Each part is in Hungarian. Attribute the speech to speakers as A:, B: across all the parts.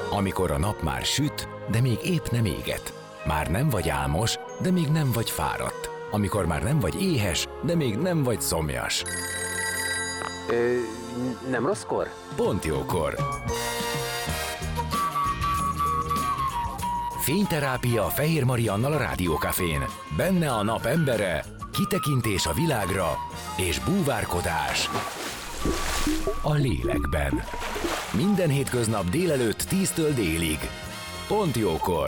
A: Amikor a nap már süt, de még épp nem éget. Már nem vagy álmos, de még nem vagy fáradt. Amikor már nem vagy éhes, de még nem vagy szomjas.
B: Nem rosszkor?
A: Pont jókor. Fényterápia Fehér Mariannal a Rádiókafén. Benne a nap embere, kitekintés a világra és búvárkodás a lélekben. Minden hétköznap délelőtt 10-től délig. Pont jókor.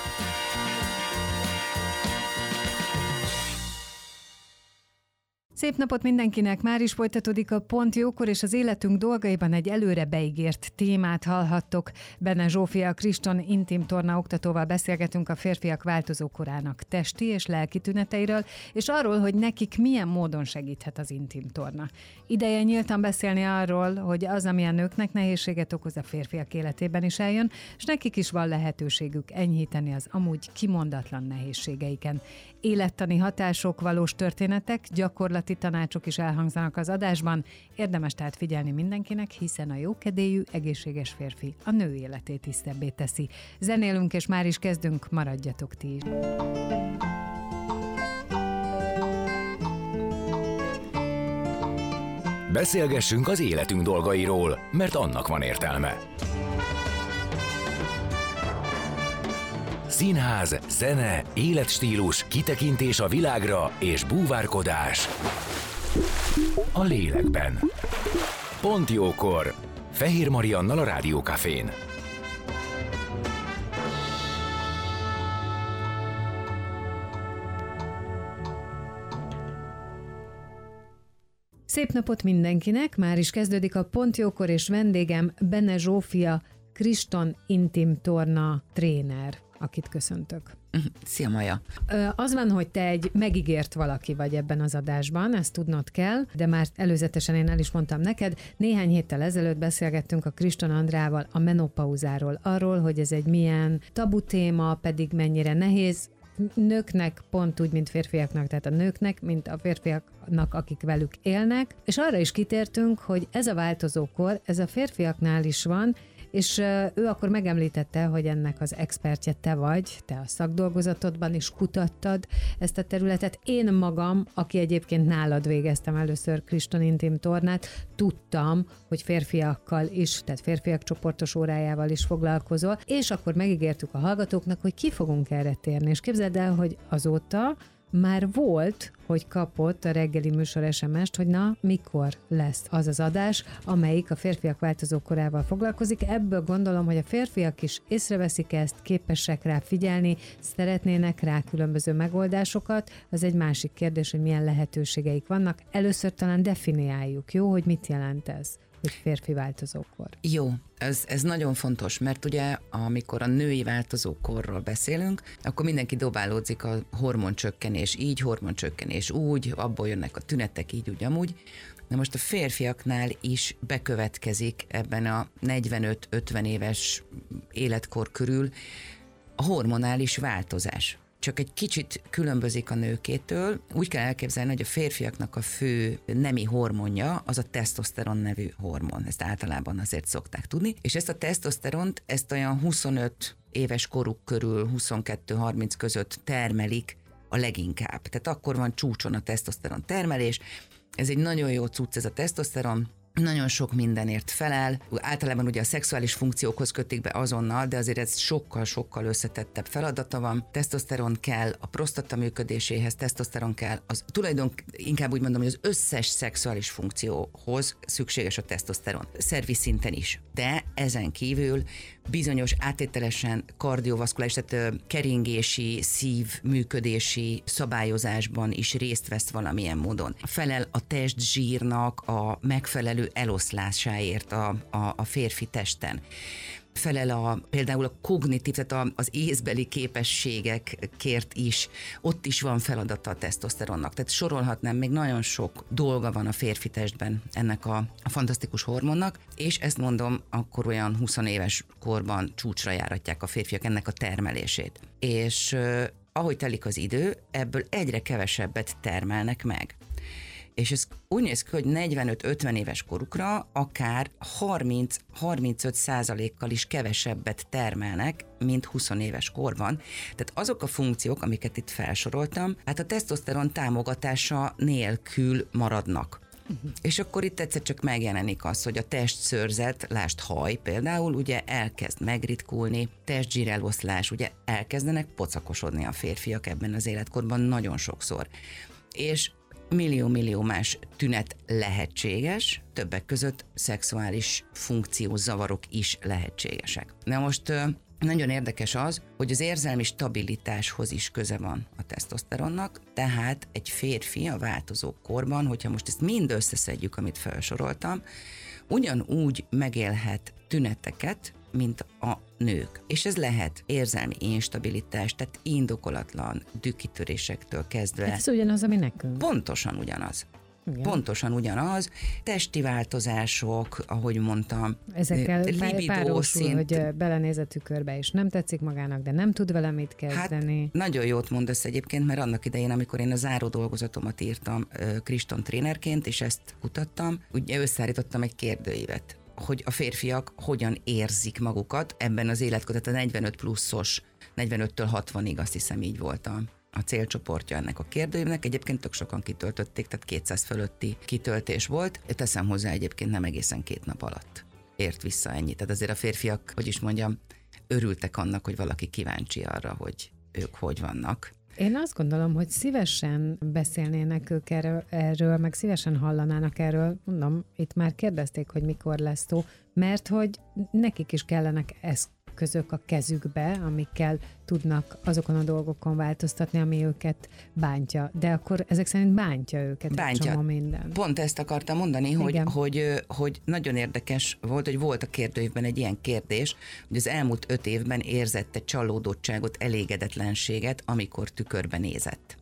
C: Szép napot mindenkinek! Már is folytatódik a Pont jókor, és az életünk dolgaiban egy előre beígért témát hallhattok. Benne Zsófia Kriston intim torna oktatóval beszélgetünk a férfiak változó korának testi és lelki tüneteiről, és arról, hogy nekik milyen módon segíthet az intim torna. Ideje nyíltan beszélni arról, hogy az, ami a nőknek nehézséget okoz, a férfiak életében is eljön, és nekik is van lehetőségük enyhíteni az amúgy kimondatlan nehézségeiken. Élettani hatások, valós történetek, gyakorlati tanácsok is elhangzanak az adásban. Érdemes tehát figyelni mindenkinek, hiszen a jókedélyű, egészséges férfi a nő életét tisztebbé teszi. Zenélünk, és már is kezdünk, maradjatok ti is.
A: Beszélgessünk az életünk dolgairól, mert annak van értelme. Színház, zene, életstílus, kitekintés a világra és búvárkodás a lélekben. Pont jókor. Fehér Mariannal a Rádiókafén.
C: Szép napot mindenkinek! Már is kezdődik a Pont jókor, és vendégem Benne Zsófia Kriston intim torna tréner, akit köszöntök.
D: Szia, Maja!
C: Az van, hogy te egy megígért valaki vagy ebben az adásban, ezt tudnod kell, de már előzetesen én el is mondtam neked, néhány héttel ezelőtt beszélgettünk a Kriston Andrával a menopauzáról, arról, hogy ez egy milyen tabu téma, pedig mennyire nehéz, nőknek pont úgy, mint férfiaknak, tehát a nőknek, mint a férfiaknak, akik velük élnek, és arra is kitértünk, hogy ez a változókor, ez a férfiaknál is van, és ő akkor megemlítette, hogy ennek az expertje te vagy, te a szakdolgozatodban is kutattad ezt a területet. Én magam, aki egyébként nálad végeztem először Kriston intim tornát, tudtam, hogy férfiakkal is, tehát férfiak csoportos órájával is foglalkozol, és akkor megígértük a hallgatóknak, hogy ki fogunk erre térni. És képzeld el, hogy azóta már volt, hogy kapott a reggeli műsor SMS-t, hogy na, mikor lesz az az adás, amelyik a férfiak változó korával foglalkozik. Ebből gondolom, hogy a férfiak is észreveszik ezt, képesek rá figyelni, szeretnének rá különböző megoldásokat. Az egy másik kérdés, hogy milyen lehetőségeik vannak. Először talán definiáljuk, jó, hogy mit jelent ez, hogy férfi változókor.
D: Jó, ez nagyon fontos, mert ugye amikor a női változókorról beszélünk, akkor mindenki dobálódzik a hormoncsökkenés így, hormoncsökkenés úgy, abból jönnek a tünetek így, úgy, amúgy. Na most a férfiaknál is bekövetkezik ebben a 45-50 éves életkor körül a hormonális változás. Csak egy kicsit különbözik a nőkétől. Úgy kell elképzelni, hogy a férfiaknak a fő nemi hormonja az a tesztoszteron nevű hormon. Ezt általában azért szokták tudni. És ezt a tesztoszteront, ezt olyan 25 éves koruk körül, 22-30 között termelik a leginkább. Tehát akkor van csúcson a tesztoszteron termelés. Ez egy nagyon jó cucc, ez a tesztoszteron. Nagyon sok mindenért felel. Általában ugye a szexuális funkciókhoz kötik be azonnal, de azért ez sokkal-sokkal összetettebb feladata van. Tesztoszteron kell a prostata működéséhez, tesztoszteron kell, inkább úgy mondom, hogy az összes szexuális funkcióhoz szükséges a tesztoszteron. Szervi szinten is. De ezen kívül bizonyos áttételesen kardiovaszkuláris, tehát keringési, szívműködési szabályozásban is részt vesz valamilyen módon. Felel a testzsírnak a megfelelő eloszlásáért a férfi testen. Felel például a kognitív, tehát az észbeli képességekért is, ott is van feladata a tesztoszteronnak. Tehát sorolhatnám, még nagyon sok dolga van a férfi testben ennek a fantasztikus hormonnak, és ezt mondom, akkor olyan 20 éves korban csúcsra járatják a férfiak ennek a termelését. És ahogy telik az idő, ebből egyre kevesebbet termelnek meg. És ez úgy néz ki, hogy 45-50 éves korukra akár 30-35%-kal is kevesebbet termelnek, mint 20 éves korban. Tehát azok a funkciók, amiket itt felsoroltam, hát a tesztoszteron támogatása nélkül maradnak. És akkor itt egyszer csak megjelenik az, hogy a testszőrzet, lásd haj például, ugye elkezd megritkulni, testzsíreloszlás, ugye elkezdenek pocakosodni a férfiak ebben az életkorban nagyon sokszor. És millió más tünet lehetséges, többek között szexuális funkciózavarok is lehetségesek. Na most nagyon érdekes az, hogy az érzelmi stabilitáshoz is köze van a tesztoszteronnak, tehát egy férfi a változó korban, hogyha most ezt mind összeszedjük, amit felsoroltam, ugyanúgy megélhet tüneteket, mint a nők. És ez lehet érzelmi instabilitás, tehát indokolatlan dühkitörésektől kezdve.
C: Ez ugyanaz, ami nekünk.
D: Pontosan ugyanaz.
C: Igen.
D: Pontosan ugyanaz, testi változások, ahogy mondtam,
C: ezekkel párosul,
D: szint.
C: hogy belenéz a tükörbe, és nem tetszik magának, de nem tud vele mit kezdeni.
D: Hát nagyon jót mondasz egyébként, mert annak idején, amikor én a záró dolgozatomat írtam Kriston trénerként, és ezt kutattam, ugye összeállítottam egy kérdőívet, hogy a férfiak hogyan érzik magukat ebben az életkorban, tehát a 45 pluszos, 45-től 60-ig azt hiszem így volt a célcsoportja ennek a kérdőívnek. Egyébként tök sokan kitöltötték, tehát 200 fölötti kitöltés volt. Teszem hozzá, egyébként nem egészen 2 nap alatt ért vissza ennyit. Tehát azért a férfiak, hogy is mondjam, örültek annak, hogy valaki kíváncsi arra, hogy ők hogy vannak.
C: Én azt gondolom, hogy szívesen beszélnének ők erről, meg szívesen hallanának erről. Mondom, itt már kérdezték, hogy mikor lesz szó, mert hogy nekik is kellenek eszközök a kezükbe, amikkel tudnak azokon a dolgokon változtatni, ami őket bántja. De akkor ezek szerint bántja őket egy csomó minden.
D: Pont ezt akartam mondani, hogy nagyon érdekes volt, hogy volt a kérdőívben egy ilyen kérdés, hogy az elmúlt 5 évben érzette csalódottságot, elégedetlenséget, amikor tükörbe nézett.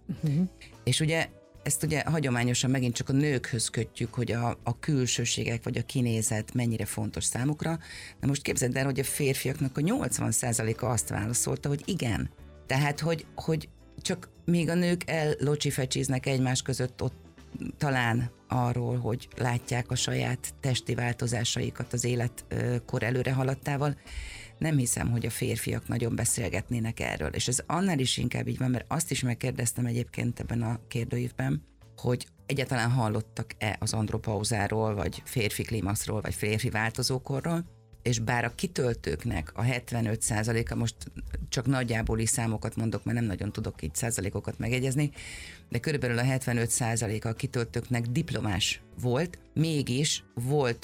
D: És ugye ezt ugye hagyományosan megint csak a nőkhöz kötjük, hogy a külsőségek vagy a kinézet mennyire fontos számukra. De most képzeld el, hogy a férfiaknak a 80%-a azt válaszolta, hogy igen. Tehát, hogy csak még a nők ellocsifecsiznek egymás között ott talán arról, hogy látják a saját testi változásaikat az életkor előre haladtával, nem hiszem, hogy a férfiak nagyon beszélgetnének erről. És ez annál is inkább így van, mert azt is megkérdeztem egyébként ebben a kérdőívben, hogy egyáltalán hallottak-e az andropauzáról, vagy férfi klimaxról, vagy férfi változókorról, és bár a kitöltőknek a 75%-a, most csak nagyjából számokat mondok, mert nem nagyon tudok így százalékokat megegyezni, de körülbelül a 75%-a a kitöltőknek diplomás volt, mégis volt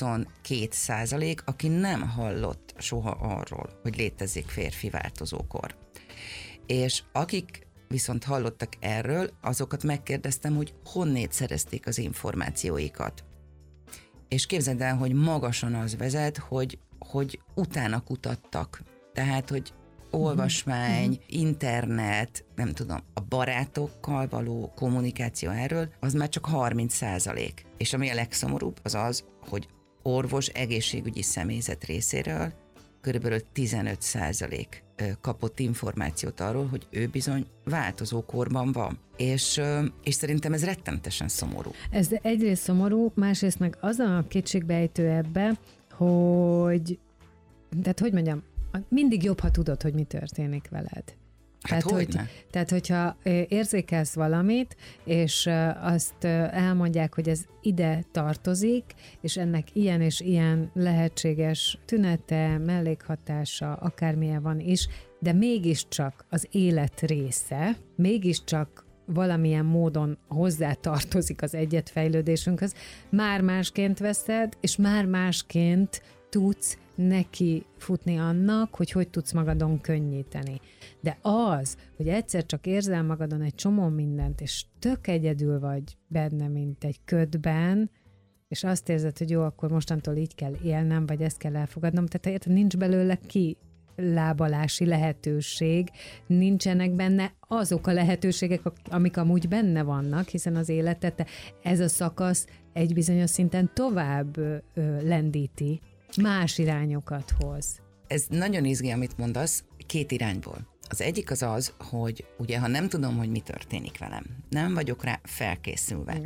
D: 22%, aki nem hallott soha arról, hogy létezik férfi változókor. És akik viszont hallottak erről, azokat megkérdeztem, hogy honnét szerezték az információikat. És képzeld el, hogy magasan az vezet, hogy utána kutattak. Tehát, hogy olvasmány, internet, nem tudom, a barátokkal való kommunikáció erről, az már csak 30%. És ami a legszomorúbb, az az, hogy orvos, egészségügyi személyzet részéről körülbelül 15% kapott információt arról, hogy ő bizony változó korban van. És szerintem ez rettenetesen szomorú.
C: Ez egyrészt szomorú, másrészt meg az a kétségbejtő ebbe, hogy, tehát hogy mondjam, mindig jobb, ha tudod, hogy mi történik veled. Tehát, hogyha érzékelsz valamit, és azt elmondják, hogy ez ide tartozik, és ennek ilyen és ilyen lehetséges tünete, mellékhatása, akármilyen van is, de mégiscsak az élet része, mégiscsak valamilyen módon hozzá tartozik az egyetfejlődésünkhöz, már másként veszed, és már másként tudsz neki futni annak, hogy tudsz magadon könnyíteni. De az, hogy egyszer csak érzel magadon egy csomó mindent, és tök egyedül vagy benne, mint egy ködben, és azt érzed, hogy jó, akkor mostantól így kell élnem, vagy ezt kell elfogadnom, tehát nincs belőle lábalási lehetőség, nincsenek benne azok a lehetőségek, amik amúgy benne vannak, hiszen az életet ez a szakasz egy bizonyos szinten tovább lendíti, más irányokat hoz.
D: Ez nagyon izgi, amit mondasz, 2 irányból. Az egyik az, hogy ugye, ha nem tudom, hogy mi történik velem, nem vagyok rá felkészülve,
C: Igen.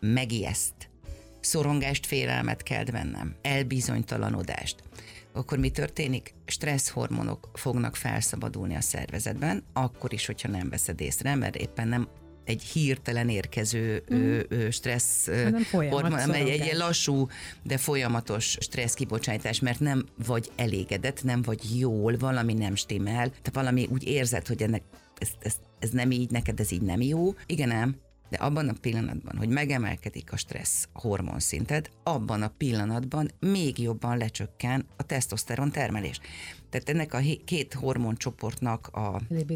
D: megijeszt, szorongást, félelmet kelt bennem, elbizonytalanodást, akkor mi történik? Stresszhormonok fognak felszabadulni a szervezetben, akkor is, hogyha nem veszed észre, mert éppen nem egy hirtelen érkező stressz hormon, egy ilyen lassú, de folyamatos stressz kibocsátás, mert nem vagy elégedett, nem vagy jól, valami nem stimmel, te valami úgy érzed, hogy ennek ez nem így, neked ez így nem jó. Igen ám, de abban a pillanatban, hogy megemelkedik a stressz hormonszinted, abban a pillanatban még jobban lecsökken a tesztoszteron termelés. Tehát ennek a két hormoncsoportnak a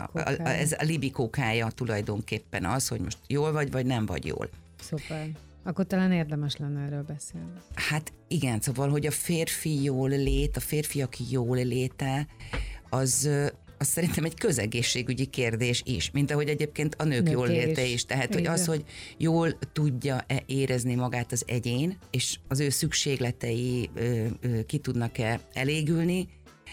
D: libikókája tulajdonképpen az, hogy most jól vagy nem vagy jól.
C: Szuper. Akkor talán érdemes lenne erről beszélni.
D: Hát igen, szóval, hogy a férfi jól lét, a férfiak jól léte, az szerintem egy közegészségügyi kérdés is, mint ahogy egyébként a nők jól léte is. Tehát, hogy az, hogy jól tudja-e érezni magát az egyén, és az ő szükségletei ki tudnak-e elégülni,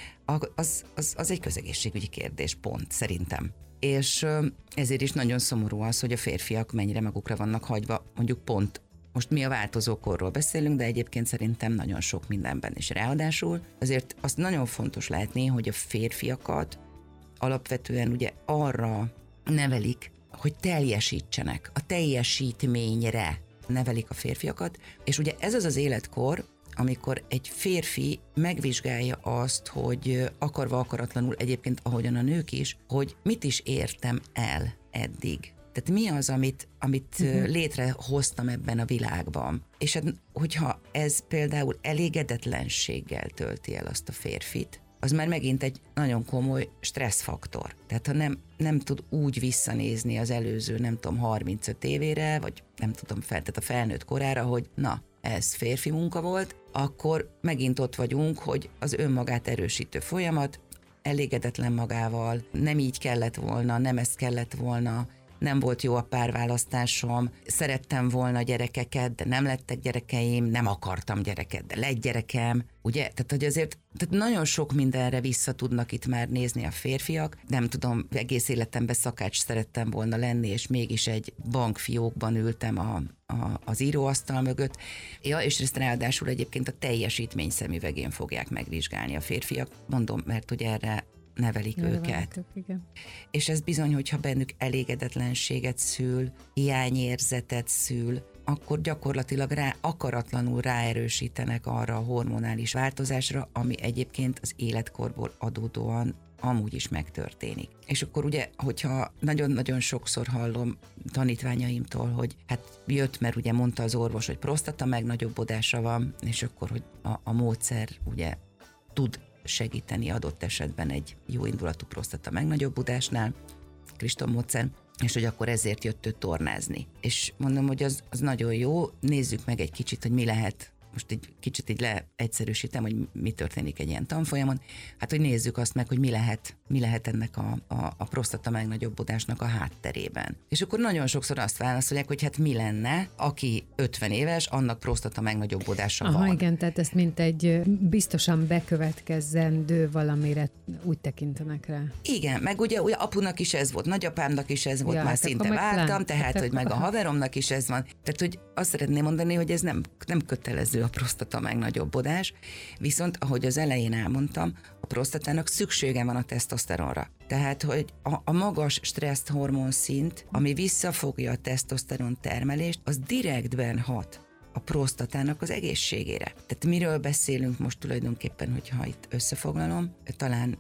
D: az egy közegészségügyi kérdés, pont, szerintem. És ezért is nagyon szomorú az, hogy a férfiak mennyire magukra vannak hagyva, mondjuk pont. Most mi a változókorról beszélünk, de egyébként szerintem nagyon sok mindenben is. Ráadásul azért azt nagyon fontos látni, hogy a férfiakat alapvetően ugye arra nevelik, hogy teljesítsenek, a teljesítményre nevelik a férfiakat, és ugye ez az az életkor, amikor egy férfi megvizsgálja azt, hogy akarva akaratlanul egyébként, ahogyan a nők is, hogy mit is értem el eddig. Tehát mi az, amit létrehoztam ebben a világban. És hogyha ez például elégedetlenséggel tölti el azt a férfit, az már megint egy nagyon komoly stresszfaktor. Tehát ha nem tud úgy visszanézni az előző, nem tudom, 35 évére, vagy nem tudom, tehát a felnőtt korára, hogy na, ez férfi munka volt, akkor megint ott vagyunk, hogy az önmagát erősítő folyamat, elégedetlen magával, nem így kellett volna, nem ez kellett volna, nem volt jó a párválasztásom, szerettem volna gyerekeket, de nem lettek gyerekeim, nem akartam gyereket, de lett gyerekem, ugye? Tehát, hogy azért nagyon sok mindenre vissza tudnak itt már nézni a férfiak. Nem tudom, egész életemben szakács szerettem volna lenni, és mégis egy bankfiókban ültem az íróasztal mögött. Ja, és ezt ráadásul egyébként a teljesítmény szemüvegén fogják megvizsgálni a férfiak. Mondom, mert ugye erre nevelik őket.
C: Igen.
D: És ez bizony, hogyha bennük elégedetlenséget szül, hiányérzetet szül, akkor gyakorlatilag akaratlanul ráerősítenek arra a hormonális változásra, ami egyébként az életkorból adódóan amúgy is megtörténik. És akkor ugye, hogyha nagyon-nagyon sokszor hallom tanítványaimtól, hogy hát jött, mert ugye mondta az orvos, hogy prostata megnagyobbodása van, és akkor, hogy a módszer ugye tud segíteni adott esetben egy jó indulatú prostata megnagyobbodásnál, Kriston módszer, és hogy akkor ezért jött ő tornázni. És mondom, hogy az nagyon jó, nézzük meg egy kicsit, hogy mi lehet, most egy kicsit így leegyszerűsítem, hogy mi történik egy ilyen tanfolyamon, hát hogy nézzük azt meg, hogy mi lehet ennek a prostata megnagyobbodásnak a hátterében. És akkor nagyon sokszor azt válaszolják, hogy hát mi lenne, aki 50 éves, annak prostata megnagyobbodása van.
C: Igen, tehát ezt mint egy biztosan bekövetkezzendő valamire úgy tekintenek rá.
D: Igen, meg ugye apunak is ez volt, nagyapámnak is ez volt, már szinte vártam, tehát hogy meg a haveromnak is ez van. Tehát, hogy azt szeretném mondani, hogy ez nem kötelező a prostata megnagyobbodás, viszont ahogy az elején elmondtam, a prostatának szüksége van a tesztoszteronra. Tehát, hogy a magas stressz hormonszint, ami visszafogja a tesztoszteron termelést, az direktben hat a prostatának az egészségére. Tehát miről beszélünk most tulajdonképpen, hogyha itt összefoglalom, talán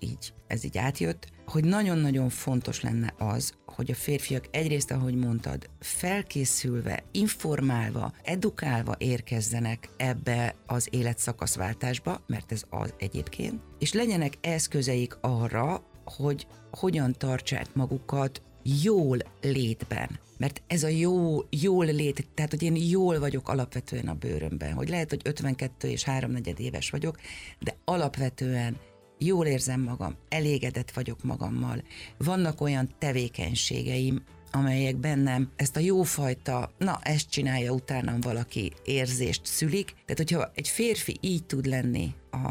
D: ez így átjött, hogy nagyon-nagyon fontos lenne az, hogy a férfiak egyrészt, ahogy mondtad, felkészülve, informálva, edukálva érkezzenek ebbe az életszakaszváltásba, mert ez az egyébként, és legyenek eszközeik arra, hogy hogyan tartsák magukat jól létben. Mert ez a jól lét, tehát hogy én jól vagyok alapvetően a bőrömben, hogy lehet, hogy 52 és 3/4 éves vagyok, de alapvetően jól érzem magam, elégedett vagyok magammal. Vannak olyan tevékenységeim, amelyek bennem ezt a jófajta, na ezt csinálja utánam valaki érzést szülik. Tehát hogyha egy férfi így tud lenni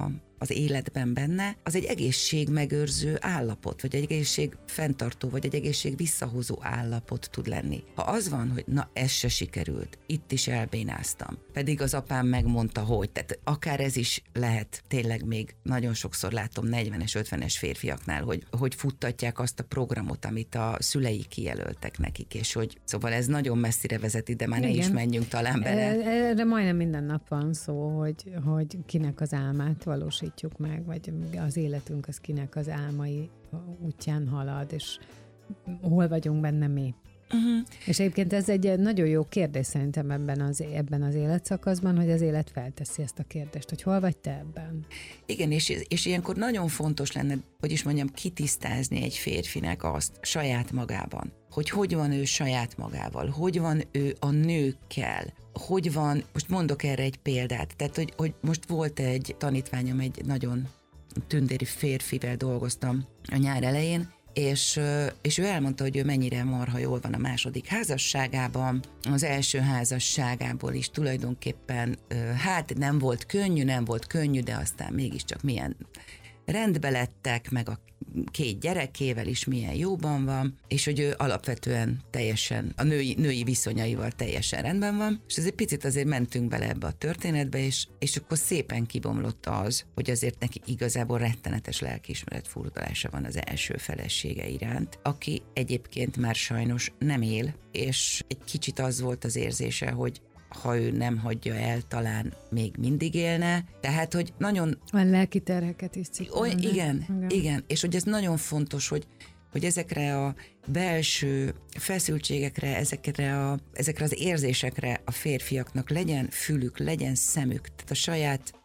D: az életben benne, az egy egészségmegőrző állapot, vagy egy egészség fenntartó, vagy egy egészség visszahozó állapot tud lenni. Ha az van, hogy na ez se sikerült, itt is elbénáztam, pedig az apám megmondta, hogy, tehát akár ez is lehet, tényleg még nagyon sokszor látom 40-es, 50-es férfiaknál, hogy futtatják azt a programot, amit a szülei kijelöltek nekik, és hogy szóval ez nagyon messzire vezeti, de már ne is menjünk talán bele.
C: Erre majdnem minden nap van szó, hogy kinek az álmát valósítjuk meg, vagy az életünk az kinek az álmai útján halad, és hol vagyunk benne mi. Uh-huh. És egyébként ez egy nagyon jó kérdés szerintem ebben az életszakaszban, hogy az élet felteszi ezt a kérdést, hogy hol vagy te ebben.
D: Igen, és ilyenkor nagyon fontos lenne, hogy is mondjam, kitisztázni egy férfinek azt saját magában, hogy van ő saját magával, hogy van ő a nőkkel, hogy van, most mondok erre egy példát, tehát hogy most volt egy tanítványom, egy nagyon tündéri férfivel dolgoztam a nyár elején, és ő elmondta, hogy ő mennyire marha jól van a második házasságában, az első házasságából is tulajdonképpen, hát nem volt könnyű, de aztán mégiscsak milyen rendbe lettek, meg a 2 gyerekével is milyen jóban van, és hogy ő alapvetően teljesen, a női viszonyaival teljesen rendben van, és ez egy picit azért mentünk bele ebbe a történetbe, és akkor szépen kibomlott az, hogy azért neki igazából rettenetes lelkiismeret furdalása van az első felesége iránt, aki egyébként már sajnos nem él, és egy kicsit az volt az érzése, hogy ha ő nem hagyja el, talán még mindig élne. Tehát, hogy nagyon...
C: A lelki terheket is cipelni.
D: Igen. És hogy ez nagyon fontos, hogy ezekre a belső feszültségekre, ezekre az érzésekre a férfiaknak legyen fülük, legyen szemük. Tehát a saját...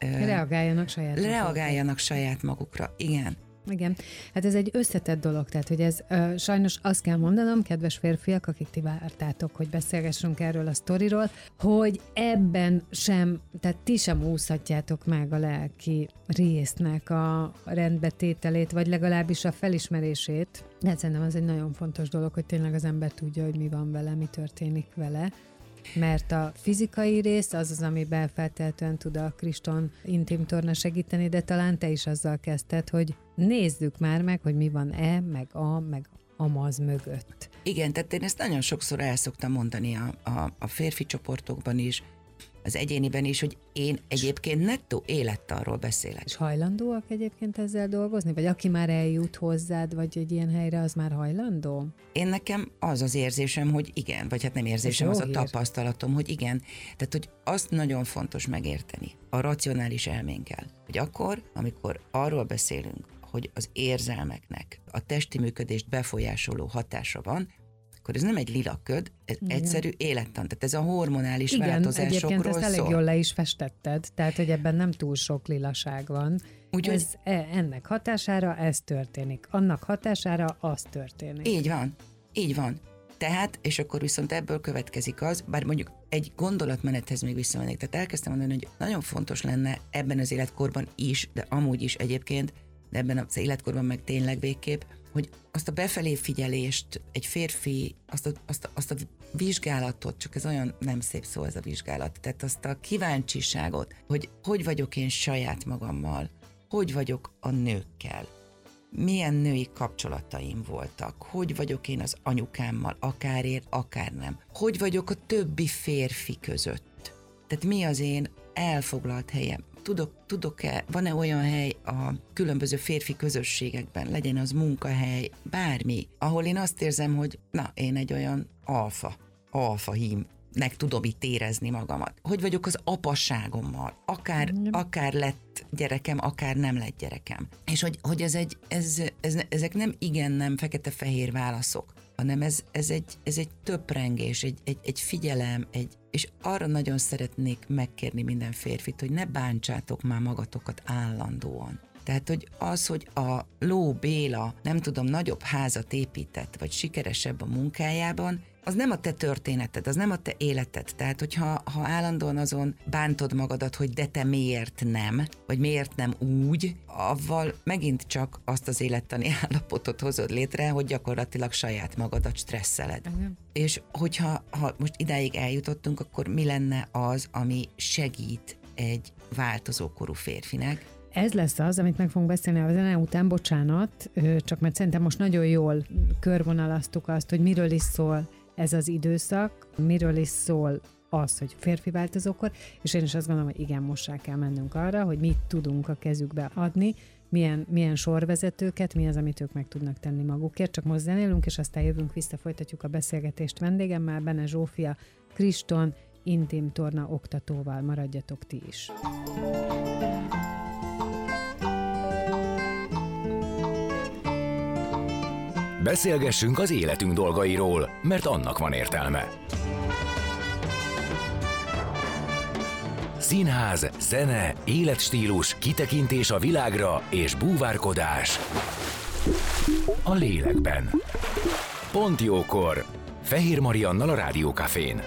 D: Reagáljanak saját magukra. Igen.
C: Igen, hát ez egy összetett dolog, tehát hogy ez sajnos azt kell mondanom, kedves férfiak, akik ti vártátok, hogy beszélgessünk erről a sztoriról, hogy ebben sem, tehát ti sem úszhatjátok meg a lelki résznek a rendbetételét, vagy legalábbis a felismerését. De szerintem ez egy nagyon fontos dolog, hogy tényleg az ember tudja, hogy mi van vele, mi történik vele. Mert a fizikai rész az, amiben feltehetően tud a Kriston intim torna segíteni, de talán te is azzal kezdted, hogy nézzük már meg, hogy mi van meg amaz mögött.
D: Igen, tehát én ezt nagyon sokszor el szoktam mondani a férfi csoportokban is, az egyéniben is, hogy én egyébként nettó élettarról beszélek.
C: És hajlandóak egyébként ezzel dolgozni? Vagy aki már eljut hozzád, vagy egy ilyen helyre, az már hajlandó?
D: Én nekem az az érzésem, hogy igen, vagy hát nem érzésem, az a tapasztalatom, hogy igen. Tehát, hogy azt nagyon fontos megérteni a racionális elménkkel, hogy akkor, amikor arról beszélünk, hogy az érzelmeknek a testi működést befolyásoló hatása van, akkor ez nem egy lila köd, ez egyszerű élettan. Tehát ez a hormonális változásokról szól.
C: Egyébként ezt elég jól le is festetted, tehát hogy ebben nem túl sok lilaság van. Úgyhogy ennek hatására ez történik, annak hatására az történik.
D: Így van. Tehát, és akkor viszont ebből következik az, bár mondjuk egy gondolatmenethez még visszamennék, tehát elkezdtem mondani, hogy nagyon fontos lenne ebben az életkorban is, de amúgy is egyébként, de ebben az életkorban meg tényleg végképp, hogy azt a befelé figyelést, egy férfi, azt a vizsgálatot, csak ez olyan nem szép szó ez a vizsgálat, tehát azt a kíváncsiságot, hogy vagyok én saját magammal, hogy vagyok a nőkkel, milyen női kapcsolataim voltak, hogy vagyok én az anyukámmal, akár ér, akár nem, hogy vagyok a többi férfi között, tehát mi az én elfoglalt helyem. Tudok-e, van-e olyan hely a különböző férfi közösségekben, legyen az munkahely, bármi, ahol én azt érzem, hogy na, én egy olyan alfa hímnek tudom itt érezni magamat. Hogy vagyok az apaságommal, akár lett gyerekem, akár nem lett gyerekem. És hogy ezek nem igen, nem fekete-fehér válaszok, hanem ez egy töprengés, egy figyelem, és arra nagyon szeretnék megkérni minden férfit, hogy ne bántsátok már magatokat állandóan. Tehát, hogy az, hogy a Ló Béla, nem tudom, nagyobb házat épített, vagy sikeresebb a munkájában, az nem a te történeted, az nem a te életed. Tehát, hogyha állandóan azon bántod magadat, hogy de te miért nem, vagy miért nem úgy, avval megint csak azt az élettani állapotot hozod létre, hogy gyakorlatilag saját magadat stresszeled. És hogyha most idáig eljutottunk, akkor mi lenne az, ami segít egy változókorú férfinek,
C: Ez lesz az, amit meg fogunk beszélni a zene után, bocsánat, csak mert szerintem most nagyon jól körvonalaztuk azt, hogy miről is szól ez az időszak, miről is szól az, hogy férfi változókor, és én is azt gondolom, hogy igen, most rá kell mennünk arra, hogy mit tudunk a kezükbe adni, milyen sorvezetőket, mi az, amit ők meg tudnak tenni magukért. Csak most zenélünk, és aztán jövünk vissza, folytatjuk a beszélgetést vendégemmel, Bene Zsófia Kriston intim torna oktatóval. Maradjatok ti is.
A: Beszélgessünk az életünk dolgairól, mert annak van értelme. Színház, zene, életstílus, kitekintés a világra és búvárkodás a lélekben. Pont jókor! Fehér Mariannal a Rádió Cafén.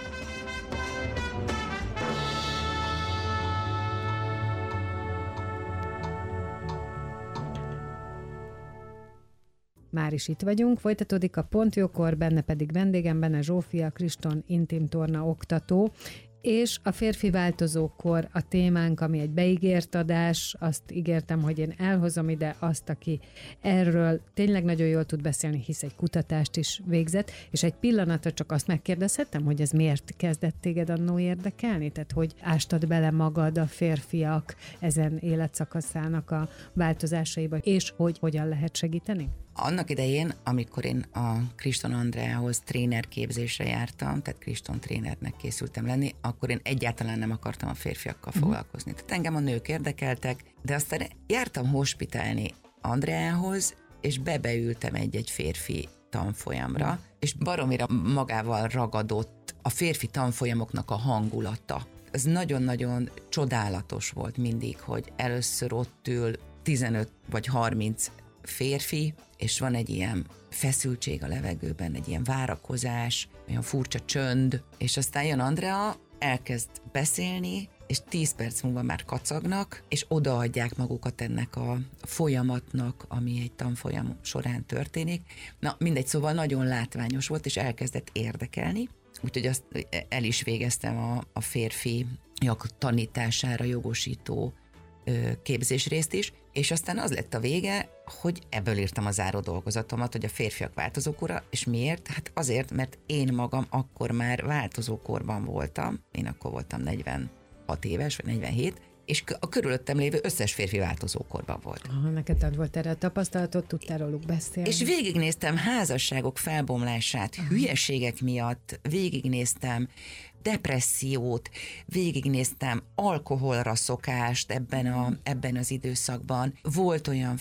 C: Már is itt vagyunk, folytatódik a Pont jókor, benne pedig vendégem, Bene Zsófia Kriston intim torna oktató, és a férfi változókor a témánk, ami egy beígért adás, azt ígértem, hogy én elhozom ide azt, aki erről tényleg nagyon jól tud beszélni, hisz egy kutatást is végzett, és egy pillanatra csak azt megkérdezhettem, hogy ez miért kezdett téged annó érdekelni? Tehát, hogy ástad bele magad a férfiak ezen életszakaszának a változásaiba, és hogy hogyan lehet segíteni?
D: Annak idején, amikor én a Kriston Andreához trénerképzésre jártam, tehát Kriston trénernek készültem lenni, akkor én egyáltalán nem akartam a férfiakkal foglalkozni. Tehát engem a nők érdekeltek, de aztán jártam hospitálni Andreához, és beültem egy férfi tanfolyamra, és baromira magával ragadott a férfi tanfolyamoknak a hangulata. Ez nagyon-nagyon csodálatos volt mindig, hogy először ott ül 15 vagy 30 férfi, és van egy ilyen feszültség a levegőben, egy ilyen várakozás, olyan furcsa csönd, és aztán jön Andrea, elkezd beszélni, és 10 perc múlva már kacagnak, és odaadják magukat ennek a folyamatnak, ami egy tanfolyam során történik. Na, mindegy, szóval nagyon látványos volt, és elkezdett érdekelni, úgyhogy azt el is végeztem a férfiak tanítására jogosító képzésrészt is, és aztán az lett a vége, hogy ebből írtam a záró dolgozatomat, hogy a férfiak változókora, és miért? Hát azért, mert én magam akkor már változókorban voltam, én akkor voltam 46 éves, vagy 47, és a körülöttem lévő összes férfi változókorban volt.
C: Aha, neked volt erre a tapasztalatot, tudtál róluk beszélni.
D: És végignéztem házasságok felbomlását, hülyeségek miatt, végignéztem depressziót, végignéztem alkoholra szokást ebben az időszakban. Volt olyan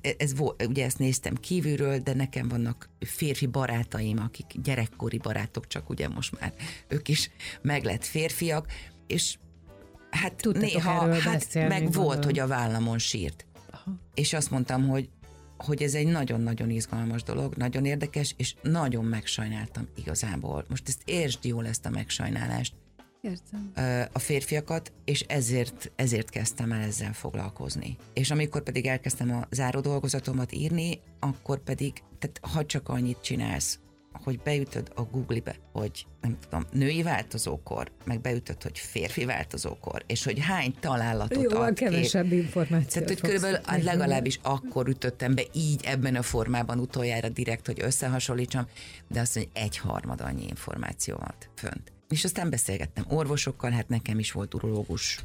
D: ugye ezt néztem kívülről, de nekem vannak férfi barátaim, akik gyerekkori barátok, csak ugye most már ők is meglett férfiak, és hát
C: tudtatok
D: néha
C: beszélni,
D: meg
C: gondolom.
D: volt, hogy a vállamon sírt. Aha. És azt mondtam, hogy ez egy nagyon-nagyon izgalmas dolog, nagyon érdekes, és nagyon megsajnáltam igazából. Most ezt értsd jól, ezt a megsajnálást.
C: Értem.
D: A férfiakat, és ezért kezdtem el ezzel foglalkozni. És amikor pedig elkezdtem a záró dolgozatomat írni, akkor pedig, tehát ha csak annyit csinálsz, hogy beütöd a Google-be, hogy nem tudom, női változókor, meg beütöd, hogy férfi változókor, és hogy hány találatot ad ki.
C: Kevesebb információt.
D: Tehát, hogy körülbelül legalábbis akkor ütöttem be így ebben a formában utoljára direkt, hogy összehasonlítsam, de azt mondja, 1/3 annyi információmat fönt. És aztán beszélgettem orvosokkal, hát nekem is volt urológus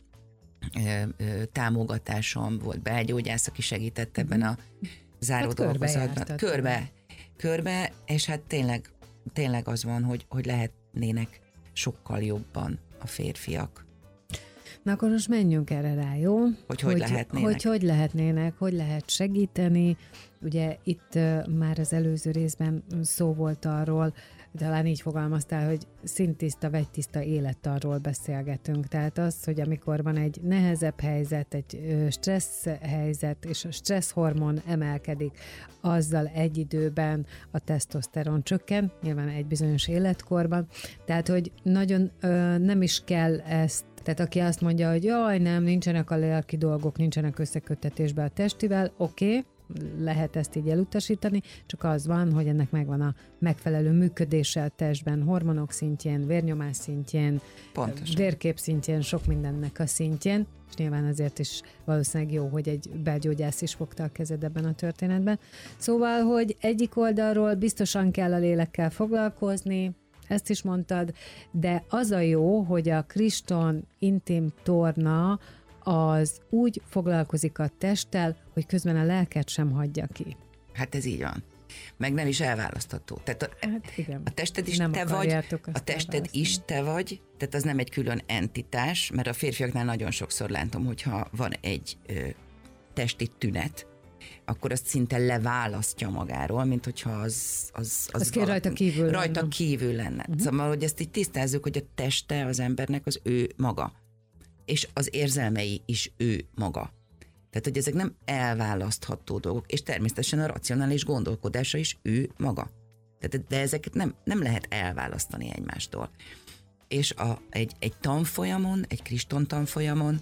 D: támogatásom, volt belgyógyász, aki segített ebben a záró dolgozatban. Körbe, és hát tényleg az van, hogy lehetnének sokkal jobban a férfiak.
C: Na akkor most menjünk erre rá, jó?
D: Hogy lehetnének.
C: Hogy lehetnének, hogy lehet segíteni. Ugye itt már az előző részben szó volt arról, talán így fogalmaztál, hogy színtiszta, vegytiszta életarról beszélgetünk. Tehát az, hogy amikor van egy nehezebb helyzet, egy stressz helyzet, és a stressz hormon emelkedik, azzal egy időben a tesztoszteron csökken, nyilván egy bizonyos életkorban. Tehát, hogy nagyon nem is kell ezt. Tehát aki azt mondja, hogy jaj, nem, nincsenek a lelki dolgok, nincsenek összeköttetésben a testivel, oké, lehet ezt így elutasítani, csak az van, hogy ennek megvan a megfelelő működése a testben, hormonok szintjén, vérnyomás szintjén,
D: Pontosan.
C: vérkép szintjén, sok mindennek a szintjén, és nyilván azért is valószínűleg jó, hogy egy belgyógyász is fogta a kezed ebben a történetben. Szóval, hogy egyik oldalról biztosan kell a lélekkel foglalkozni, ezt is mondtad, de az a jó, hogy a Kriston intim torna az úgy foglalkozik a testtel, hogy közben a lelket sem hagyja ki.
D: Hát ez így van. Meg nem is elválasztható. Tehát
C: Igen.
D: a tested is
C: Nem
D: te vagy,
C: akarjátok azt
D: a tested
C: elválasztani.
D: is te vagy, tehát az nem egy külön entitás, mert a férfiaknál nagyon sokszor látom, hogyha van egy testi tünet, akkor azt szinte leválasztja magáról, mint hogyha az
C: rajta kívül
D: rajta
C: lenne.
D: kívül lenne. Szóval, hogy ezt így tisztázzuk, hogy a teste az embernek az ő maga, és az érzelmei is ő maga. Tehát, hogy ezek nem elválasztható dolgok, és természetesen a racionális gondolkodása is ő maga. Tehát, de ezeket nem lehet elválasztani egymástól. És egy tanfolyamon, egy Kriston tanfolyamon,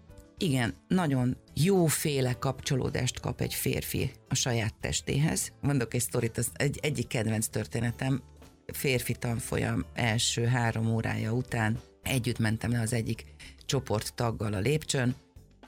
D: igen, nagyon jóféle kapcsolódást kap egy férfi a saját testéhez. Mondok egy sztorit, egyik kedvenc történetem, férfi tanfolyam első 3 órája után együtt mentem le az egyik csoporttaggal a lépcsőn,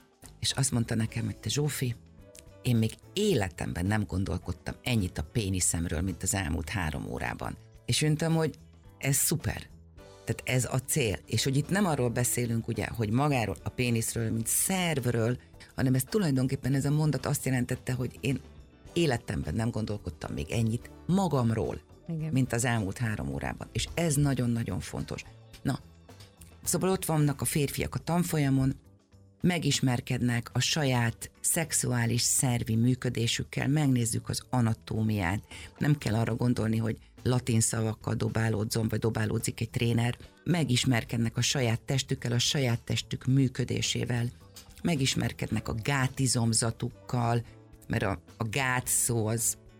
D: és azt mondta nekem, hogy te Zsófi, én még életemben nem gondolkodtam ennyit a péniszemről, mint az elmúlt 3 órában. És mondtam, hogy ez szuper. Tehát ez a cél. És hogy itt nem arról beszélünk, ugye, hogy magáról, a péniszről, mint szervről, hanem ez tulajdonképpen ez a mondat azt jelentette, hogy én életemben nem gondolkodtam még ennyit magamról,
C: Igen.
D: mint az elmúlt 3 órában. És ez nagyon-nagyon fontos. Na, szóval ott vannak a férfiak a tanfolyamon, megismerkednek a saját szexuális szervi működésükkel, megnézzük az anatómiát. Nem kell arra gondolni, hogy latin szavakkal dobálódzom, vagy dobálódzik egy tréner. Megismerkednek a saját testükkel, a saját testük működésével. Megismerkednek a gátizomzatukkal, mert a gát szó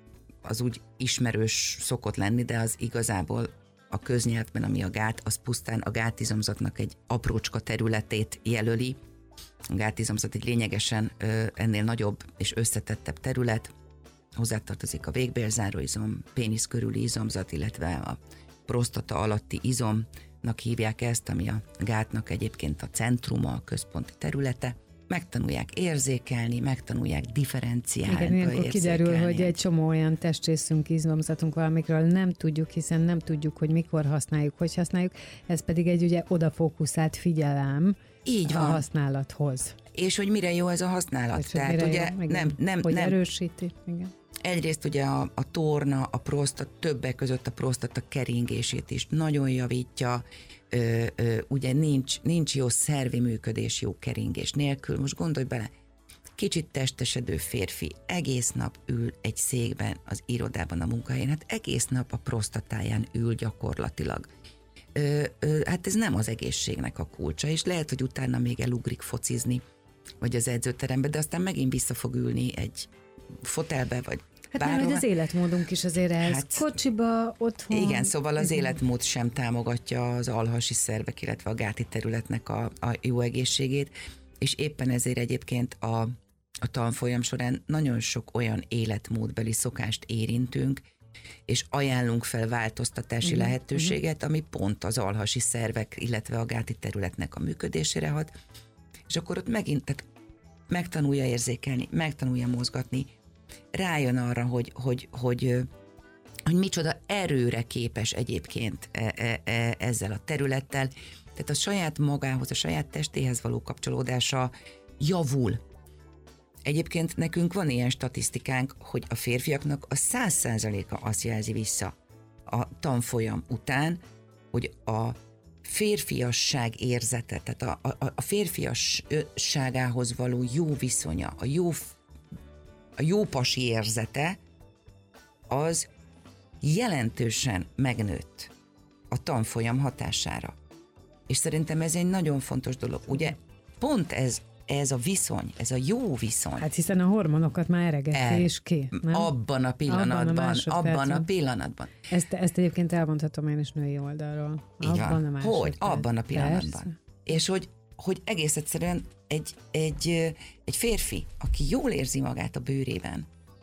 D: az úgy ismerős szokott lenni, de az igazából a köznyelvben, ami a gát, az pusztán a gátizomzatnak egy aprócska területét jelöli. A gátizomzat egy lényegesen ennél nagyobb és összetettebb terület. Hozzátartozik a végbélzáróizom, pénisz körüli izomzat, illetve a prostata alatti izomnak hívják ezt, ami a gátnak egyébként a centruma, a központi területe. Megtanulják érzékelni, megtanulják differenciálni.
C: Igen, ilyenkor kiderül, hogy egy csomó olyan testrészünk, izomzatunk valamikről nem tudjuk, hiszen nem tudjuk, hogy mikor használjuk, hogy használjuk. Ez pedig egy ugye odafókuszált figyelem
D: így
C: a
D: van.
C: használathoz.
D: És hogy mire jó ez a használat.
C: És
D: Tehát ugye
C: jó,
D: nem
C: erősíti. Igen.
D: Egyrészt ugye a torna, a próstata, többek között a próstata keringését is nagyon javítja, ugye nincs jó szervi működés, jó keringés nélkül. Most gondolj bele, kicsit testesedő férfi egész nap ül egy székben az irodában, a munkahelyén, hát egész nap a prostatáján ül gyakorlatilag. Hát ez nem az egészségnek a kulcsa, és lehet, hogy utána még elugrik focizni, vagy az edzőterembe, de aztán megint vissza fog ülni egy fotelbe, vagy
C: Hát már, hogy az életmódunk is azért ehhez. Kocsiba, otthon.
D: Igen, szóval az életmód sem támogatja az alhasi szervek, illetve a gáti területnek a jó egészségét, és éppen ezért egyébként a tanfolyam során nagyon sok olyan életmódbeli szokást érintünk, és ajánlunk fel változtatási lehetőséget, ami pont az alhasi szervek, illetve a gáti területnek a működésére hat, és akkor ott megint tehát megtanulja érzékelni, megtanulja mozgatni, rájön arra, hogy micsoda erőre képes egyébként ezzel a területtel, tehát a saját magához, a saját testéhez való kapcsolódása javul. Egyébként nekünk van ilyen statisztikánk, hogy a férfiaknak a 100%-a azt jelzi vissza a tanfolyam után, hogy a férfiasság érzete, tehát a férfiasságához való jó viszonya, a jó pasi érzete, az jelentősen megnőtt a tanfolyam hatására. És szerintem ez egy nagyon fontos dolog. Ugye pont ez a viszony, ez a jó viszony.
C: Hát hiszen a hormonokat már eregeti is ki, nem?
D: Abban a pillanatban.
C: Ezt egyébként elmondhatom én is női oldalról.
D: Abban a pillanatban. Persze. És hogy egész egyszerűen egy férfi, aki jól érzi magát a bőrében,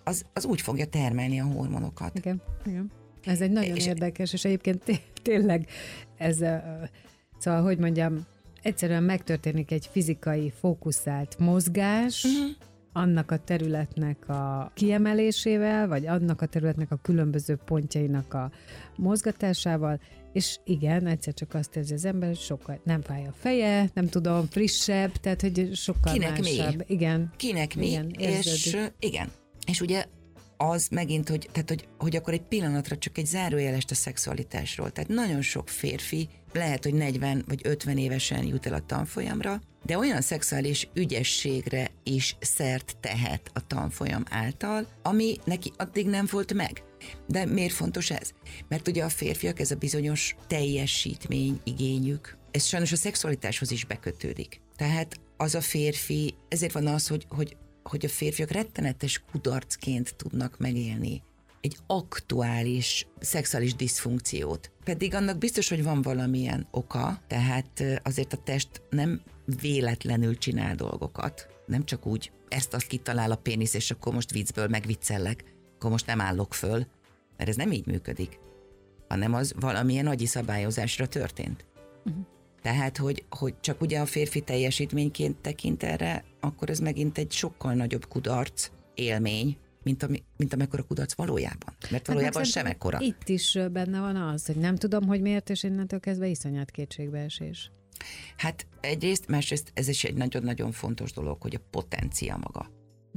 D: az úgy fogja termelni a hormonokat.
C: Igen, igen. Ez egy nagyon érdekes, és egyébként tényleg ez, szóval, hogy mondjam, egyszerűen megtörténik egy fizikai, fókuszált mozgás, annak a területnek a kiemelésével, vagy annak a területnek a különböző pontjainak a mozgatásával, és igen, egyszer csak azt érzi az ember, hogy sokkal nem fáj a feje, nem tudom, frissebb, tehát hogy sokkal
D: Kinek
C: másabb.
D: Mi?
C: Igen.
D: Kinek mi?
C: Igen,
D: és igen. És ugye az megint, hogy akkor egy pillanatra csak egy zárójelest a szexualitásról. Tehát nagyon sok férfi lehet, hogy 40 vagy 50 évesen jut el a tanfolyamra, de olyan szexuális ügyességre is szert tehet a tanfolyam által, ami neki addig nem volt meg. De miért fontos ez? Mert ugye a férfiak, ez a bizonyos teljesítmény igényük, ez sajnos a szexualitáshoz is bekötődik. Tehát az a férfi, ezért van az, hogy a férfiak rettenetes kudarcként tudnak megélni egy aktuális szexuális diszfunkciót. Pedig annak biztos, hogy van valamilyen oka, tehát azért a test nem véletlenül csinál dolgokat. Nem csak úgy, ezt-azt kitalál a pénisz, és akkor most viccből megviccellek, akkor most nem állok föl, mert ez nem így működik, hanem az valamilyen agyi szabályozásra történt. Tehát, hogy csak ugye a férfi teljesítményként tekint erre, akkor ez megint egy sokkal nagyobb kudarc élmény, mint amekkora kudarc valójában. Mert valójában sem ekkora.
C: Itt is benne van az, hogy nem tudom, hogy miért, és innentől kezdve iszonyat kétségbeesés.
D: Hát egyrészt, másrészt ez is egy nagyon-nagyon fontos dolog, hogy a potencia maga.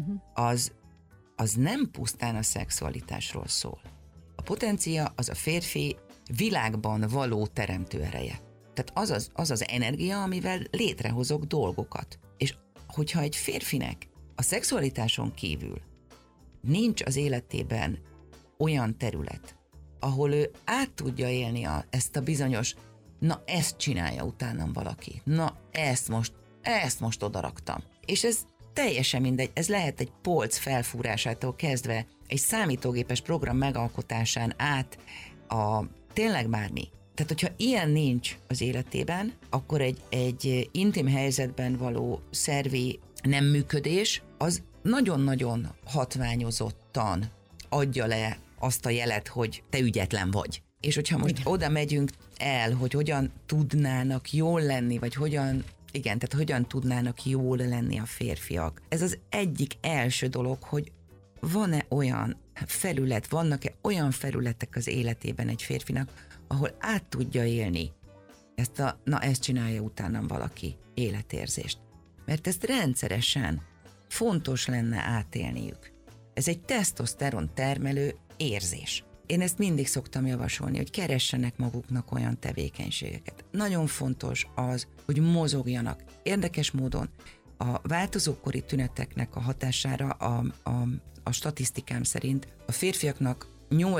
D: Az nem pusztán a szexualitásról szól. A potencia az a férfi világban való teremtő ereje. Tehát az az energia, amivel létrehozok dolgokat. És hogyha egy férfinek a szexualitáson kívül nincs az életében olyan terület, ahol ő át tudja élni ezt a bizonyos, na ezt csinálja utánam valaki, na ezt most odaraktam. És ez teljesen mindegy, ez lehet egy polc felfúrásától kezdve, egy számítógépes program megalkotásán át tényleg bármi. Tehát, hogyha ilyen nincs az életében, akkor egy intim helyzetben való szervi nem működés, az nagyon-nagyon hatványozottan adja le azt a jelet, hogy te ügyetlen vagy. És hogyha most oda megyünk el, hogy hogyan tudnának jól lenni, vagy hogyan tudnának jól lenni a férfiak. Ez az egyik első dolog, hogy van-e olyan felület, vannak-e olyan felületek az életében egy férfinak, ahol át tudja élni ezt csinálja utánam valaki életérzést. Mert ezt rendszeresen fontos lenne átélniük. Ez egy tesztoszteron termelő érzés. Én ezt mindig szoktam javasolni, hogy keressenek maguknak olyan tevékenységeket. Nagyon fontos az, hogy mozogjanak. Érdekes módon a változókori tüneteknek a hatására a statisztikám szerint a férfiaknak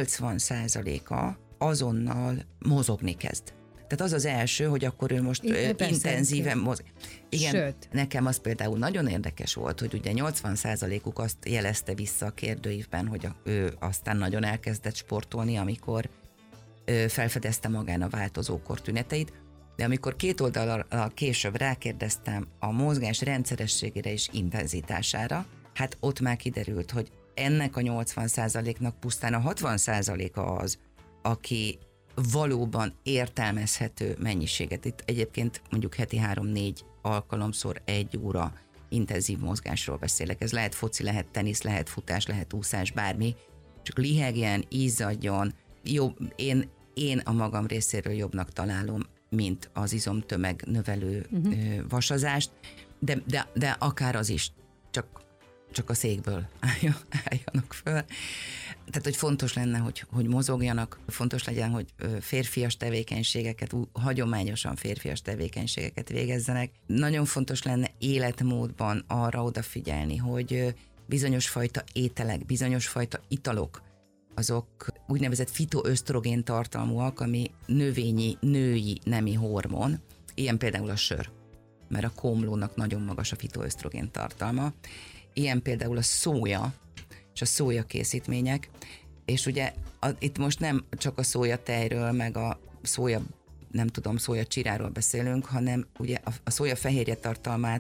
D: 80%-a azonnal mozogni kezd. Tehát az az első, hogy akkor ő most intenzíven mozog. Igen, sőt. Nekem az például nagyon érdekes volt, hogy ugye 80%-uk azt jelezte vissza a kérdőívben, hogy ő aztán nagyon elkezdett sportolni, amikor felfedezte magán a változókor tüneteit, de amikor 2 oldalra később rákérdeztem a mozgás rendszerességére és intenzitására, hát ott már kiderült, hogy ennek a 80%-nak pusztán a 60%-a az, aki valóban értelmezhető mennyiséget. Itt egyébként mondjuk heti 3-4 alkalomszor 1 óra intenzív mozgásról beszélek. Ez lehet foci, lehet tenisz, lehet futás, lehet úszás, bármi. Csak lihegjen, izzadjon. Jobb, én a magam részéről jobbnak találom, mint az izomtömeg növelő vasazást, de akár az is, csak a székből álljanak föl. Tehát, hogy fontos lenne, hogy mozogjanak, fontos legyen, hogy férfias tevékenységeket, hagyományosan férfias tevékenységeket végezzenek. Nagyon fontos lenne életmódban arra odafigyelni, hogy bizonyos fajta ételek, bizonyos fajta italok, azok úgynevezett fitoösztrogén tartalmúak, ami női nemi hormon, ilyen például a sör, mert a komlónak nagyon magas a fitoösztrogén tartalma, ilyen például a szója, és a szója készítmények, és ugye itt most nem csak a szójatejről, meg a szója csiráról beszélünk, hanem ugye a szója fehérje tartalmát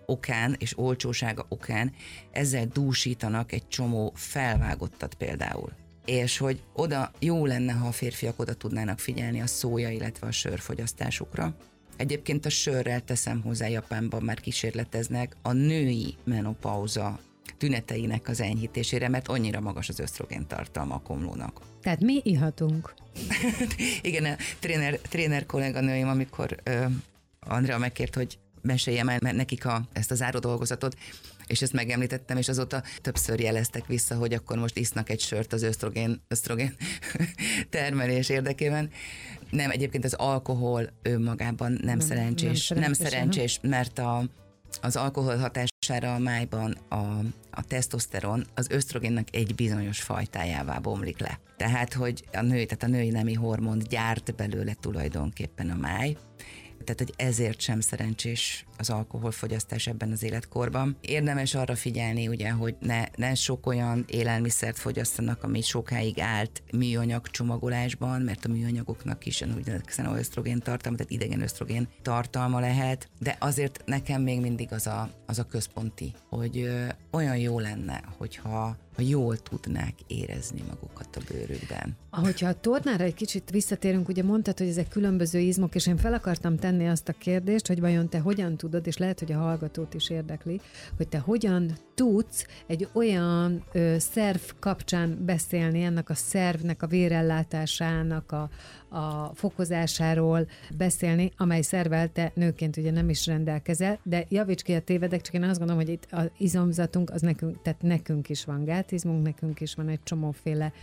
D: okán és olcsósága okán ezzel dúsítanak egy csomó felvágottat például. És hogy oda jó lenne, ha a férfiak oda tudnának figyelni a szója, illetve a sörfogyasztásukra. Egyébként a sörrel teszem hozzá, Japánban már kísérleteznek a női menopauza tüneteinek az enyhítésére, mert annyira magas az ösztrogén tartalma a komlónak.
C: Tehát mi ihatunk?
D: Igen, a tréner kolléganőim, amikor Andrea megkért, hogy meséljem el nekik ezt az árodolgozatot, és ezt megemlítettem, és azóta többször jeleztek vissza, hogy akkor most isznak egy sört az ösztrogén termelés érdekében. Nem, egyébként az alkohol önmagában nem szerencsés, mert az alkohol hatására a májban a tesztoszteron az ösztrogénnek egy bizonyos fajtájává bomlik le. Tehát, hogy a női nemi hormont gyárt belőle tulajdonképpen a máj, tehát, hogy ezért sem szerencsés az alkoholfogyasztás ebben az életkorban. Érdemes arra figyelni, ugye, hogy ne sok olyan élelmiszert fogyasszanak, ami sokáig állt műanyag csomagolásban, mert a műanyagoknak is úgynevezett xenoösztrogén tartalma, tehát idegen ösztrogén tartalma lehet, de azért nekem még mindig az a központi, hogy olyan jó lenne, hogyha jól tudnák érezni magukat a bőrükben.
C: Ahogyha a tornára egy kicsit visszatérünk, ugye mondtad, hogy ezek különböző izmok, és én fel akartam tenni azt a kérdést, hogy vajon te hogyan tudod, és lehet, hogy a hallgatót is érdekli, hogy te hogyan tudsz egy olyan szerv kapcsán beszélni, ennek a szervnek a vérellátásának a fokozásáról beszélni, amely szervvel te nőként ugye nem is rendelkezel, de javíts ki, a tévedek, csak én azt gondolom, hogy itt az izomzatunk, az nekünk is van gátizmunk, nekünk is van egy csomóféle,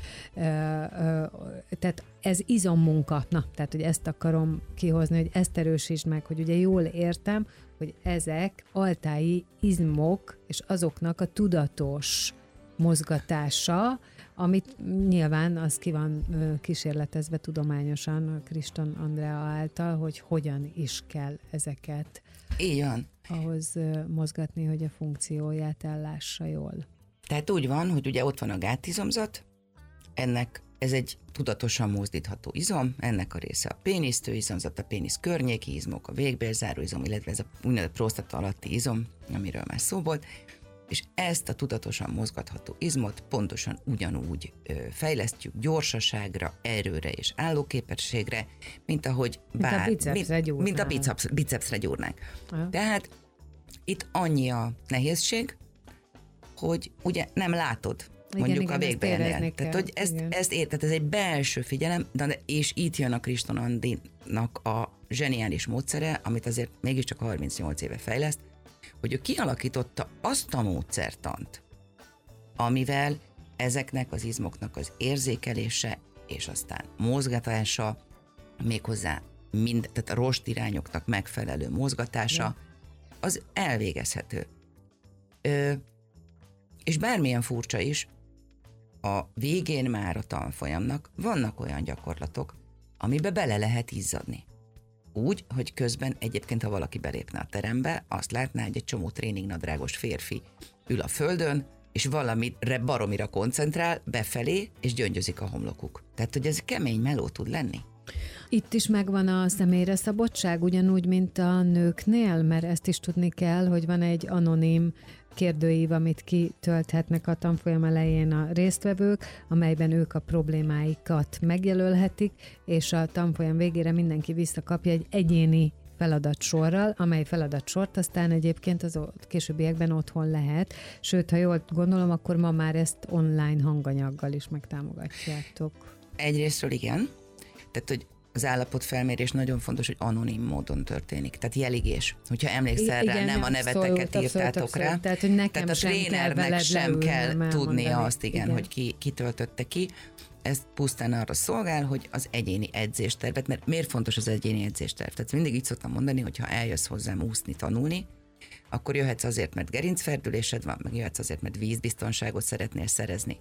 C: tehát ez izommunka. Na, tehát, hogy ezt akarom kihozni, hogy ezt erősítsd meg, hogy ugye jól értem, hogy ezek altái izmok, és azoknak a tudatos mozgatása, amit nyilván az ki van kísérletezve tudományosan Kriston Andrea által, hogy hogyan is kell ezeket
D: így van.
C: Ahhoz mozgatni, hogy a funkcióját ellássa jól.
D: Tehát úgy van, hogy ugye ott van a gátizomzat, ez egy tudatosan mozdítható izom, ennek a része a pénisztő izomzat, a pénisz környéki izmok, a végbélzáró izom, illetve ez a úgynevezett próstata alatti izom, amiről már szó volt, és ezt a tudatosan mozgatható izmot pontosan ugyanúgy fejlesztjük gyorsaságra, erőre és állóképességre, mint ahogy mint a bicepsre gyúrnánk. Tehát itt annyi a nehézség, hogy ugye nem látod, mondjuk igen, a végbélnél. Tehát, hogy ezt érted, ez egy belső figyelem, és itt jön a Kriston Andinak a zseniális módszere, amit azért mégiscsak 38 éve fejleszt, hogy ő kialakította azt a módszertant, amivel ezeknek az izmoknak az érzékelése és aztán mozgatása, méghozzá tehát a rostirányoknak megfelelő mozgatása, az elvégezhető. És bármilyen furcsa is, a végén már a tanfolyamnak vannak olyan gyakorlatok, amibe bele lehet izzadni. Úgy, hogy közben egyébként, ha valaki belépne a terembe, azt látná, hogy egy csomó tréningnadrágos férfi ül a földön, és valamire baromira koncentrál befelé, és gyöngyözik a homlokuk. Tehát, hogy ez kemény meló tud lenni.
C: Itt is megvan a személyre szabadság, ugyanúgy, mint a nőknél, mert ezt is tudni kell, hogy van egy anonim kérdőív, amit kitölthetnek a tanfolyam elején a résztvevők, amelyben ők a problémáikat megjelölhetik, és a tanfolyam végére mindenki visszakapja egy egyéni feladatsorral, amely feladatsort aztán egyébként az későbbiekben otthon lehet. Sőt, ha jól gondolom, akkor ma már ezt online hanganyaggal is megtámogatjátok.
D: Egyrésztről igen, tehát, hogy az állapotfelmérés nagyon fontos, hogy anonim módon történik. Tehát jeligés. Hogyha emlékszel rá, nem a neveteket írtátok rá.
C: Tehát, hogy nekem
D: a trénernek sem kell tudnia azt, igen, hogy ki töltötte ki. Ez pusztán arra szolgál, hogy az egyéni edzéstervet, mert miért fontos az egyéni edzésterv? Tehát mindig így szoktam mondani, hogy ha eljössz hozzám úszni, tanulni, akkor jöhetsz azért, mert gerincferdülésed van, meg jöhetsz azért, mert vízbiztonságot szeretnél szerezni.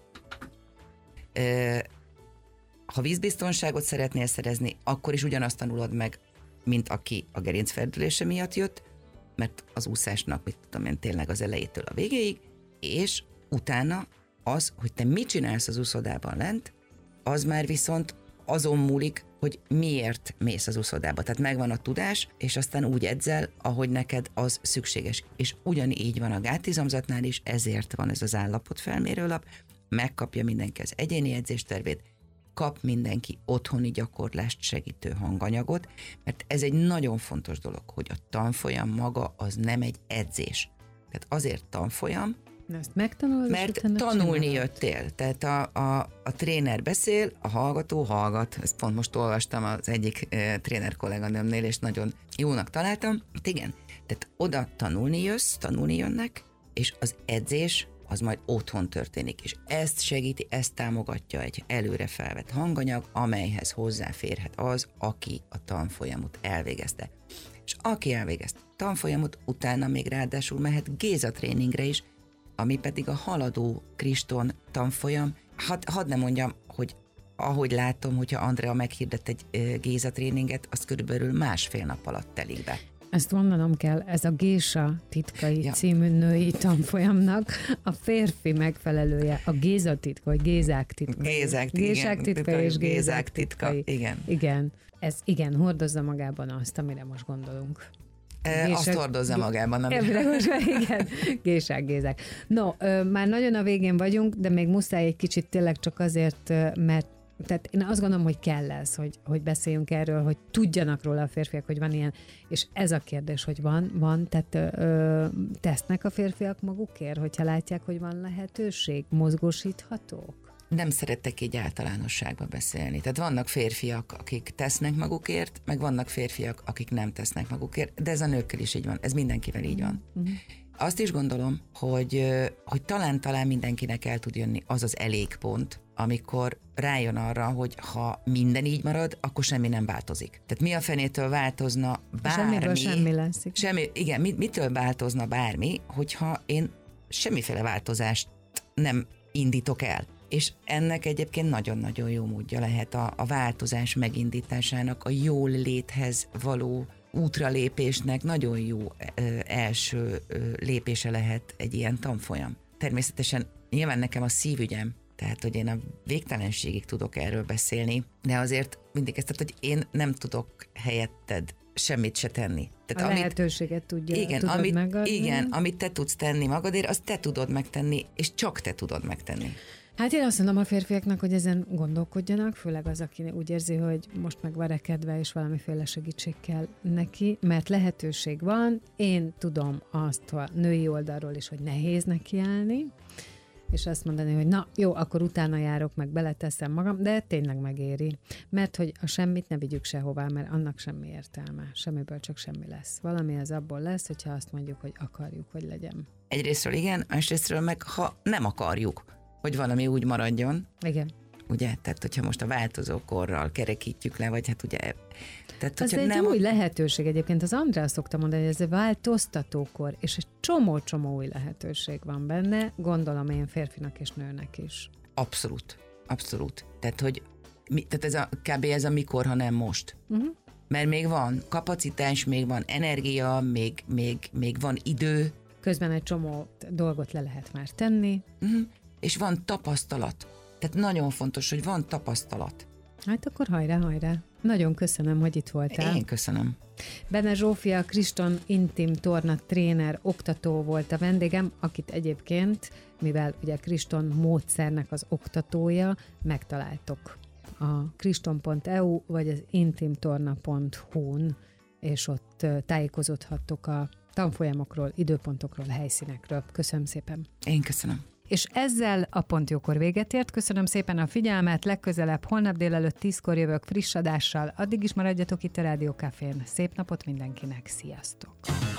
D: Ha vízbiztonságot szeretnél szerezni, akkor is ugyanazt tanulod meg, mint aki a gerincferdülése miatt jött, mert az úszásnak, mit tudom én, tényleg az elejétől a végéig, és utána az, hogy te mit csinálsz az úszodában lent, az már viszont azon múlik, hogy miért mész az úszodába. Tehát megvan a tudás, és aztán úgy edzel, ahogy neked az szükséges. És ugyanígy van a gátizomzatnál is, ezért van ez az állapotfelmérőlap, megkapja mindenki az egyéni edzéstervét, kap mindenki otthoni gyakorlást segítő hanganyagot, mert ez egy nagyon fontos dolog, hogy a tanfolyam maga az nem egy edzés. Tehát azért tanfolyam,
C: ezt megtanulod,
D: mert tanulni jöttél. Tehát a tréner beszél, a hallgató hallgat. Ezt pont most olvastam az egyik tréner kolléganőmnél, és nagyon jónak találtam. Igen, tehát oda tanulni jössz, tanulni jönnek, és az edzés az majd otthon történik, és ezt segíti, ezt támogatja egy előre felvett hanganyag, amelyhez hozzáférhet az, aki a tanfolyamot elvégezte. És aki elvégezte a tanfolyamot, utána még ráadásul mehet gézatréningre is, ami pedig a haladó Kriston tanfolyam. Hadd ne mondjam, hogy ahogy látom, hogyha Andrea meghirdet egy gézatréninget, az körülbelül 1,5 nap alatt telik be.
C: Ezt mondanom kell, ez a Gésa titkai című női tanfolyamnak a férfi megfelelője, a Géza titka, vagy Gézák titka. Gézák titka és Gézák titka. Igen. Ez hordozza magában azt, amire most gondolunk.
D: Azt hordozza magában.
C: Igen, Gézák. No, már nagyon a végén vagyunk, de még muszáj egy kicsit tényleg csak azért, mert tehát én azt gondolom, hogy kell ez, hogy beszéljünk erről, hogy tudjanak róla a férfiak, hogy van ilyen, és ez a kérdés, hogy van, tehát tesznek a férfiak magukért, hogyha látják, hogy van lehetőség, mozgósíthatók?
D: Nem szeretek így általánosságba beszélni. Tehát vannak férfiak, akik tesznek magukért, meg vannak férfiak, akik nem tesznek magukért, de ez a nőkkel is így van, ez mindenkivel így van. Azt is gondolom, hogy talán mindenkinek el tud jönni az az elégpont, amikor rájön arra, hogy ha minden így marad, akkor semmi nem változik. Tehát mi a fenétől változna bármi?
C: Semmiből semmi lesz.
D: Igen, mitől változna bármi, hogyha én semmiféle változást nem indítok el. És ennek egyébként nagyon-nagyon jó módja lehet a változás megindításának, a jól léthez való útralépésnek nagyon jó első lépése lehet egy ilyen tanfolyam. Természetesen nyilván nekem a szívügyem, tehát hogy én a végtelenségig tudok erről beszélni, de azért mindig ezt, hogy én nem tudok helyetted semmit se tenni.
C: Tehát lehetőséget tudod megadni.
D: Igen, amit te tudsz tenni magadért, azt te tudod megtenni, és csak te tudod megtenni.
C: Hát én azt mondom a férfiaknak, hogy ezen gondolkodjanak, főleg az, aki úgy érzi, hogy most meg van rekedve, és valamiféle segítség kell neki, mert lehetőség van. Én tudom azt a női oldalról is, hogy nehéz nekiállni, és azt mondani, hogy na jó, akkor utána járok, meg beleteszem magam, de tényleg megéri. Mert hogy a semmit ne vigyük sehová, mert annak semmi értelme. Semmiből csak semmi lesz. Valami az abból lesz, hogyha azt mondjuk, hogy akarjuk, hogy legyen.
D: Egyrésztről igen, másrésztről meg ha nem akarjuk, hogy valami úgy maradjon.
C: Igen.
D: Ugye? Tehát, hogyha most a változó korral kerekítjük le, vagy hát ugye... Tehát,
C: az egy új lehetőség egyébként. Az Andrea szokta mondani, hogy ez a változtatókor, és egy csomó új lehetőség van benne, gondolom én férfinak és nőnek is.
D: Abszolút. Tehát, hogy tehát kb. Ez a mikor, ha nem most. Mert még van kapacitás, még van energia, még van idő.
C: Közben egy csomó dolgot le lehet már tenni.
D: És van tapasztalat. Tehát nagyon fontos, hogy van tapasztalat.
C: Hát akkor hajrá! Nagyon köszönöm, hogy itt voltál.
D: Én köszönöm.
C: Bene Zsófia Kriston intim torna tréner, oktató volt a vendégem, akit egyébként, mivel ugye Kriston módszernek az oktatója, megtaláltok a kriston.eu vagy az intimtorna.hu-n, és ott tájékozódhattok a tanfolyamokról, időpontokról, helyszínekről. Köszönöm szépen.
D: Én köszönöm.
C: És ezzel a Pont Jókor véget ért. Köszönöm szépen a figyelmet, legközelebb holnap délelőtt 10-kor jövök friss adással. Addig is maradjatok itt a Rádió Cafén. Szép napot mindenkinek, sziasztok!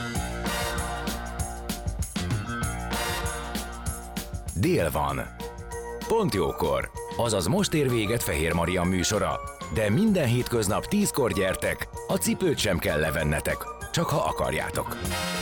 A: Dél van. Pont Jókor. Azaz most ér véget Fehér Maria műsora. De minden hétköznap 10-kor gyertek, a cipőt sem kell levennetek, csak ha akarjátok.